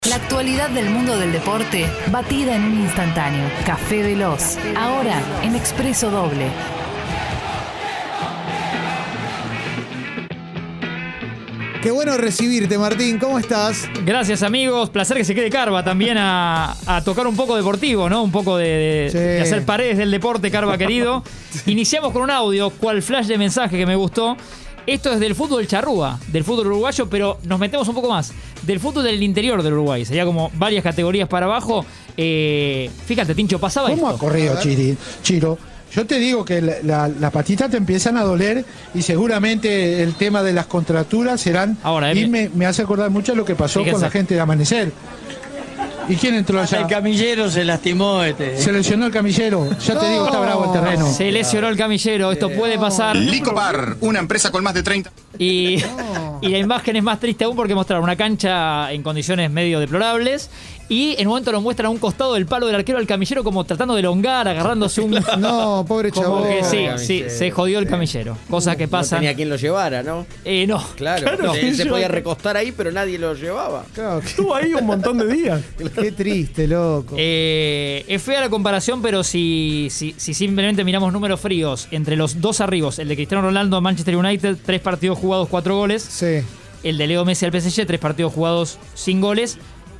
La actualidad del mundo del deporte, batida en un instantáneo. Café Veloz, ahora en Expreso Doble. Qué bueno recibirte, Martín. ¿Cómo estás? Gracias, amigos. Placer que se quede Carva también a tocar un poco deportivo, ¿no? Un poco de hacer paredes del deporte, Carva querido. Iniciamos con un audio, cual flash de mensaje que me gustó. Esto es del fútbol charrúa, del fútbol uruguayo, pero nos metemos un poco más. Del fútbol del interior del Uruguay. Sería como varias categorías para abajo. Fíjate, Tincho, pasaba ¿Cómo esto. ha corrido Chiro? Yo te digo que las patitas te empiezan a doler y seguramente el tema de las contracturas serán... Ahora, y me hace acordar mucho lo que pasó con la gente de Amanecer. ¿Y quién entró allá? El camillero se lastimó. Se lesionó el camillero. Ya te digo, está bravo el terreno. Se lesionó el camillero, esto puede pasar. Licopar, una empresa con más de 30. Y la imagen es más triste aún porque mostraron una cancha en condiciones medio deplorables y en un momento lo muestran a un costado del palo del arquero al camillero como tratando de elongar, agarrándose un... No, pobre Como chavo. que sí, se jodió el camillero. Cosas que pasan. No tenía quien lo llevara, ¿no? No. Claro. Él se podía recostar ahí, pero nadie lo llevaba. Claro, Estuvo ahí un montón de días. qué triste, loco. Es fea la comparación, pero si simplemente miramos números fríos, entre los dos arribos, el de Cristiano Ronaldo a Manchester United, 3 partidos jugados, 4 goles. Sí. El de Leo Messi al PSG, 3 partidos jugados, sin goles.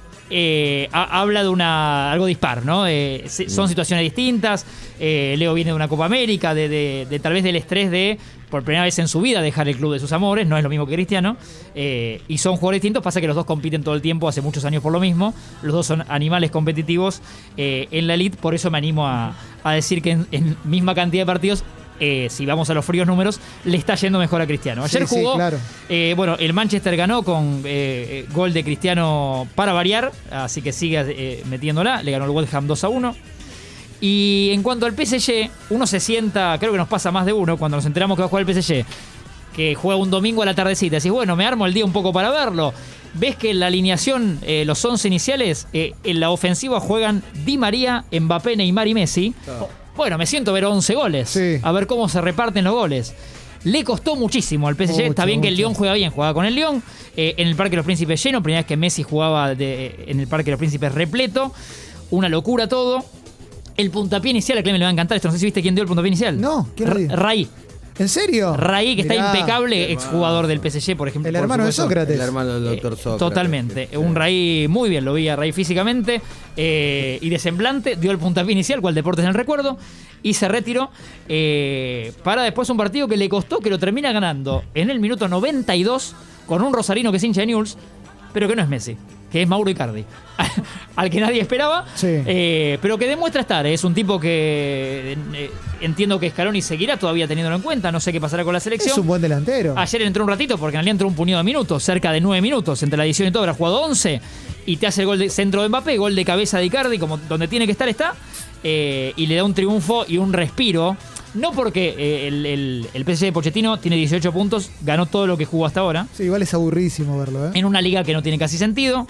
Habla de algo dispar, ¿no? Son situaciones distintas. Leo viene de una Copa América, de tal vez del estrés de, por primera vez en su vida, dejar el club de sus amores. No es lo mismo que Cristiano. Y son jugadores distintos. Pasa que los dos compiten todo el tiempo, hace muchos años por lo mismo. Los dos son animales competitivos en la elite. Por eso me animo a decir que en misma cantidad de partidos, si vamos a los fríos números, le está yendo mejor a Cristiano. Ayer jugó, claro. El Manchester ganó con gol de Cristiano para variar, así que sigue metiéndola. Le ganó el West Ham 2-1. Y en cuanto al PSG, uno se sienta, creo que nos pasa más de uno, cuando nos enteramos que va a jugar el PSG, que juega un domingo a la tardecita. Decís, bueno, me armo el día un poco para verlo. Ves que en la alineación, los 11 iniciales, en la ofensiva juegan Di María, Mbappé, Neymar y Messi. Bueno, me siento a ver 11 goles. Sí. A ver cómo se reparten los goles. Le costó muchísimo al PSG. Está bien que el Lyon juega bien, jugaba con el Lyon. En el Parque de los Príncipes lleno. Primera vez que Messi jugaba en el Parque de los Príncipes repleto. Una locura todo. El puntapié inicial, a Clemen le va a encantar esto. No sé si viste quién dio el puntapié inicial. No, ¿quién lo dio? Raí. ¿En serio? Raí, que Mirá, está impecable, exjugador del PSG, por ejemplo. El por hermano de supuesto. Sócrates. El hermano del doctor Sócrates. Totalmente. Un Raí muy bien, lo vi a Raí físicamente y de semblante. Dio el puntapié inicial, cual Deportes en el recuerdo, y se retiró para después un partido que le costó, que lo termina ganando en el minuto 92 con un rosarino que es hincha de Newell's, pero que no es Messi, que es Mauro Icardi, al que nadie esperaba, Sí. pero que demuestra estar. Es un tipo que entiendo que Scaloni seguirá todavía teniéndolo en cuenta. No sé qué pasará con la selección. Es un buen delantero. Ayer entró un ratito, porque en realidad entró un puñado de minutos, cerca de 9 minutos. Entre la edición y todo, habrá jugado 11. Y te hace el gol de centro de Mbappé, gol de cabeza de Icardi, como donde tiene que estar está. Y le da un triunfo y un respiro. No porque el PSG de Pochettino tiene 18 puntos, ganó todo lo que jugó hasta ahora. Sí, igual es aburridísimo verlo, ¿eh? En una liga que no tiene casi sentido.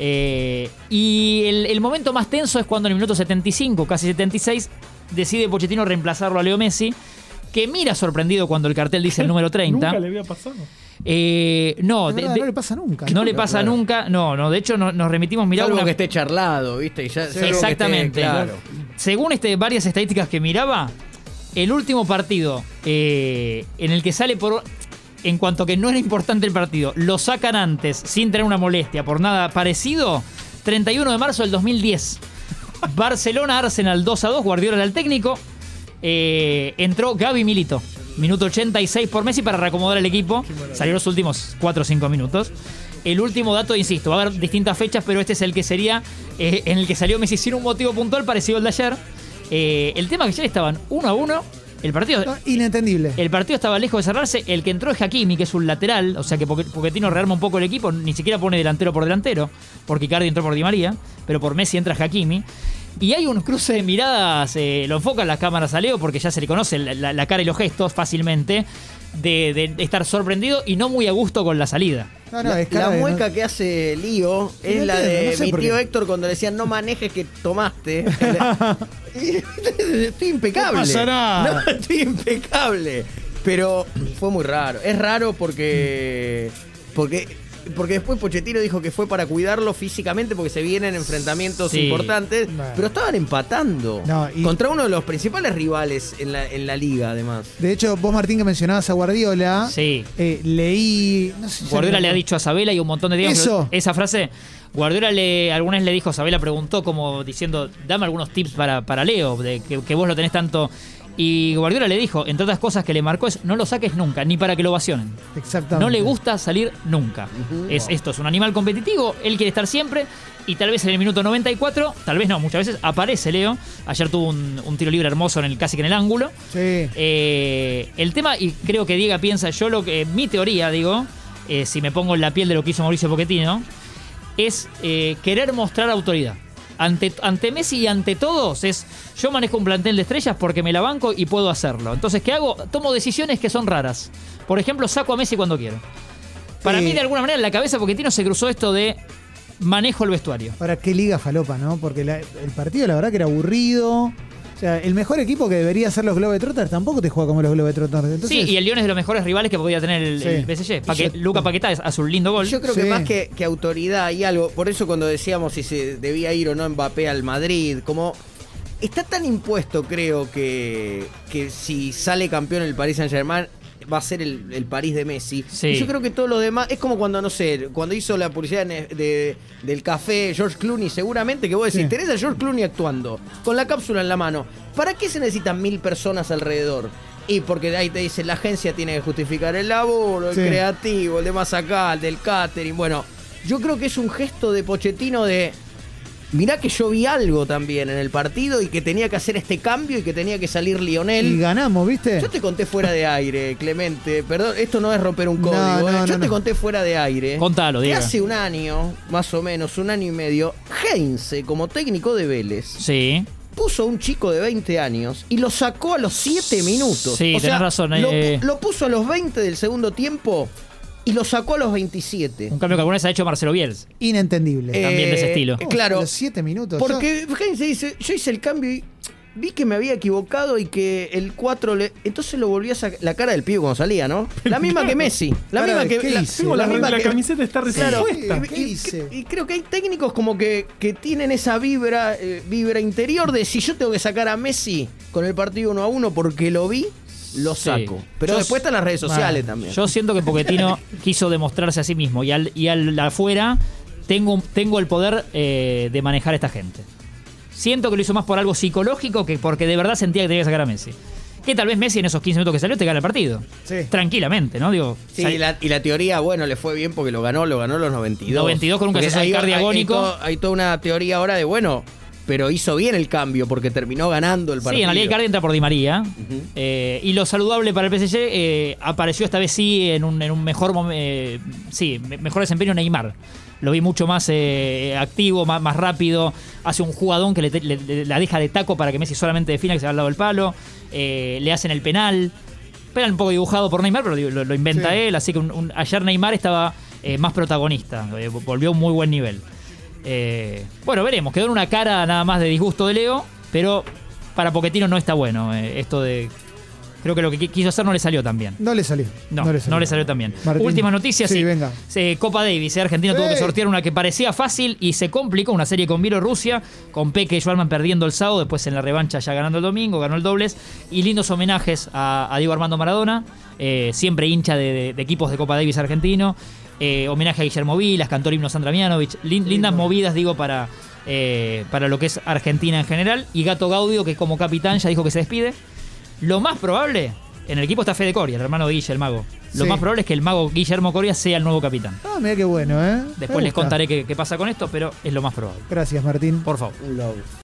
Y el momento más tenso es cuando en el minuto 75, casi 76, decide Pochettino reemplazarlo a Leo Messi, que mira sorprendido cuando el cartel dice el número 30. Nunca le había pasado. No, De verdad, no le pasa nunca. no le pasa nunca. No, de hecho nos remitimos, mirá, Algo una... que esté charlado, ¿viste? Y ya, Sí, algo que exactamente. esté claro. Según varias estadísticas que miraba, el último partido en el que sale en cuanto que no era importante el partido, lo sacan antes, sin tener una molestia, por nada parecido, 31 de marzo del 2010. Barcelona-Arsenal 2-2, Guardiola era el técnico. Entró Gaby Milito, minuto 86 por Messi para reacomodar el equipo. Salió los últimos 4 o 5 minutos. El último dato, insisto, va a haber distintas fechas, pero este es el que sería en el que salió Messi sin un motivo puntual parecido al de ayer. El tema es que ya estaban 1-1. El partido, No, inentendible. el partido estaba lejos de cerrarse. El que entró es Hakimi, que es un lateral. O sea que Pochettino rearma un poco el equipo. Ni siquiera pone delantero por delantero, porque Icardi entró por Di María. Pero por Messi entra Hakimi. Y hay un cruce de miradas. Lo enfocan las cámaras a Leo, porque ya se le conoce la cara y los gestos fácilmente. De estar sorprendido y no muy a gusto con la salida. No, La cara de- mueca que hace Lío es No la entiendo, de no sé mi por tío qué. Héctor cuando le decían no manejes que tomaste. Estoy impecable. No pasa nada. No, estoy impecable. Pero fue muy raro. Es raro porque porque después Pochettino dijo que fue para cuidarlo físicamente porque se vienen enfrentamientos importantes, pero estaban empatando contra uno de los principales rivales en la liga, además. De hecho, vos, Martín, que mencionabas a Guardiola, leí... No sé si Guardiola le ha dicho a Sabela y un montón de días esa frase. Guardiola alguna vez le dijo, Sabela preguntó como diciendo, dame algunos tips para Leo, de que vos lo tenés tanto... Y Guardiola le dijo, entre otras cosas que le marcó es, no lo saques nunca, ni para que lo ovacionen. Exactamente. No le gusta salir nunca. Esto es un animal competitivo, él quiere estar siempre, y tal vez en el minuto 94, tal vez no, muchas veces aparece Leo. Ayer tuvo un tiro libre hermoso casi que en el ángulo. Sí. El tema, y creo que Diego piensa, mi teoría, si me pongo en la piel de lo que hizo Mauricio Pochettino, es querer mostrar autoridad. Ante Messi y ante todos yo manejo un plantel de estrellas porque me la banco y puedo hacerlo. Entonces, ¿qué hago? Tomo decisiones que son raras. Por ejemplo, saco a Messi cuando quiero. Para mí, de alguna manera, en la cabeza Pochettino se cruzó esto de manejo el vestuario. Ahora, qué liga falopa, ¿no? Porque el partido, la verdad, que era aburrido. O sea, el mejor equipo que debería ser los Globetrotters tampoco te juega como los Globetrotters. Entonces... Sí, y el Lyon es de los mejores rivales que podía tener el PSG. Luca Paquetá hace un lindo gol. Yo creo que más que autoridad hay algo. Por eso cuando decíamos si se debía ir o no Mbappé al Madrid, como está tan impuesto, creo que si sale campeón el Paris Saint-Germain va a ser el París de Messi. Sí. Y yo creo que todo lo demás es como cuando, no sé, cuando hizo la publicidad del café George Clooney, seguramente que vos decís, tenés a George Clooney actuando con la cápsula en la mano. ¿Para qué se necesitan 1000 personas alrededor? Y porque ahí te dice, la agencia tiene que justificar el laburo, el creativo, el de más acá, el del catering. Bueno, yo creo que es un gesto de Pochettino de... Mirá que yo vi algo también en el partido y que tenía que hacer este cambio y que tenía que salir Lionel. Y ganamos, ¿viste? Yo te conté fuera de aire, Clemente. Perdón, esto no es romper un código. Yo te conté fuera de aire. Contalo, Diego. Que hace un año, más o menos, un año y medio, Heinze, como técnico de Vélez, puso a un chico de 20 años y lo sacó a los 7 minutos. Sí, tenés razón. Lo puso a los 20 del segundo tiempo y lo sacó a los 27. Un cambio que alguna vez ha hecho Marcelo Bielsa. Inentendible. También de ese estilo. Claro. Los 7 minutos. Porque Heinze dice, yo hice el cambio y vi que me había equivocado y que el 4 entonces lo volví a sacar. La cara del pibe cuando salía, ¿no? La misma que Messi. La misma que... La camiseta está recién puesta. Y creo que hay técnicos como que tienen esa vibra interior de si yo tengo que sacar a Messi con el partido 1-1 porque lo vi, lo saco. Pero después están las redes sociales también. Yo siento que Pochettino quiso demostrarse a sí mismo y al afuera tengo el poder de manejar a esta gente. Siento que lo hizo más por algo psicológico que porque de verdad sentía que tenía que sacar a Messi. Que tal vez Messi en esos 15 minutos que salió te gana el partido. Tranquilamente, ¿no? Y la teoría, bueno, le fue bien porque lo ganó los 92. 92 con un caso de cardiagónico. Hay toda una teoría ahora de, bueno, pero hizo bien el cambio porque terminó ganando el partido. Sí, en realidad Icardi entra por Di María. Y lo saludable para el PSG apareció esta vez en un mejor mejor desempeño Neymar. Lo vi mucho más activo, más rápido. Hace un jugadón que la deja de taco para que Messi solamente defina que se va al lado del palo. Le hacen el penal. Penal un poco dibujado por Neymar, pero lo inventa él. Así que ayer Neymar estaba más protagonista. Volvió a un muy buen nivel. Bueno, veremos. Quedó en una cara nada más de disgusto de Leo, pero para Pochettino no está bueno esto de... Creo que lo que quiso hacer no le salió tan bien. No le salió. No le salió tan bien. Martín. Últimas noticias. Sí, venga. Copa Davis. Argentina tuvo que sortear una que parecía fácil y se complicó. Una serie con Bielorrusia, con Peque y Schwarman perdiendo el sábado, después en la revancha ya ganando el domingo, ganó el dobles. Y lindos homenajes a Diego Armando Maradona, siempre hincha de equipos de Copa Davis argentino. Homenaje a Guillermo Vilas, cantó el himno Sandra Mianovich. Lindas movidas, para lo que es Argentina en general. Y Gato Gaudio, que como capitán ya dijo que se despide. Lo más probable, en el equipo está Fede Coria, el hermano de Guille, el mago. Lo más probable es que el mago Guillermo Coria sea el nuevo capitán. Mira qué bueno, Después les contaré qué pasa con esto, pero es lo más probable. Gracias, Martín. Por favor.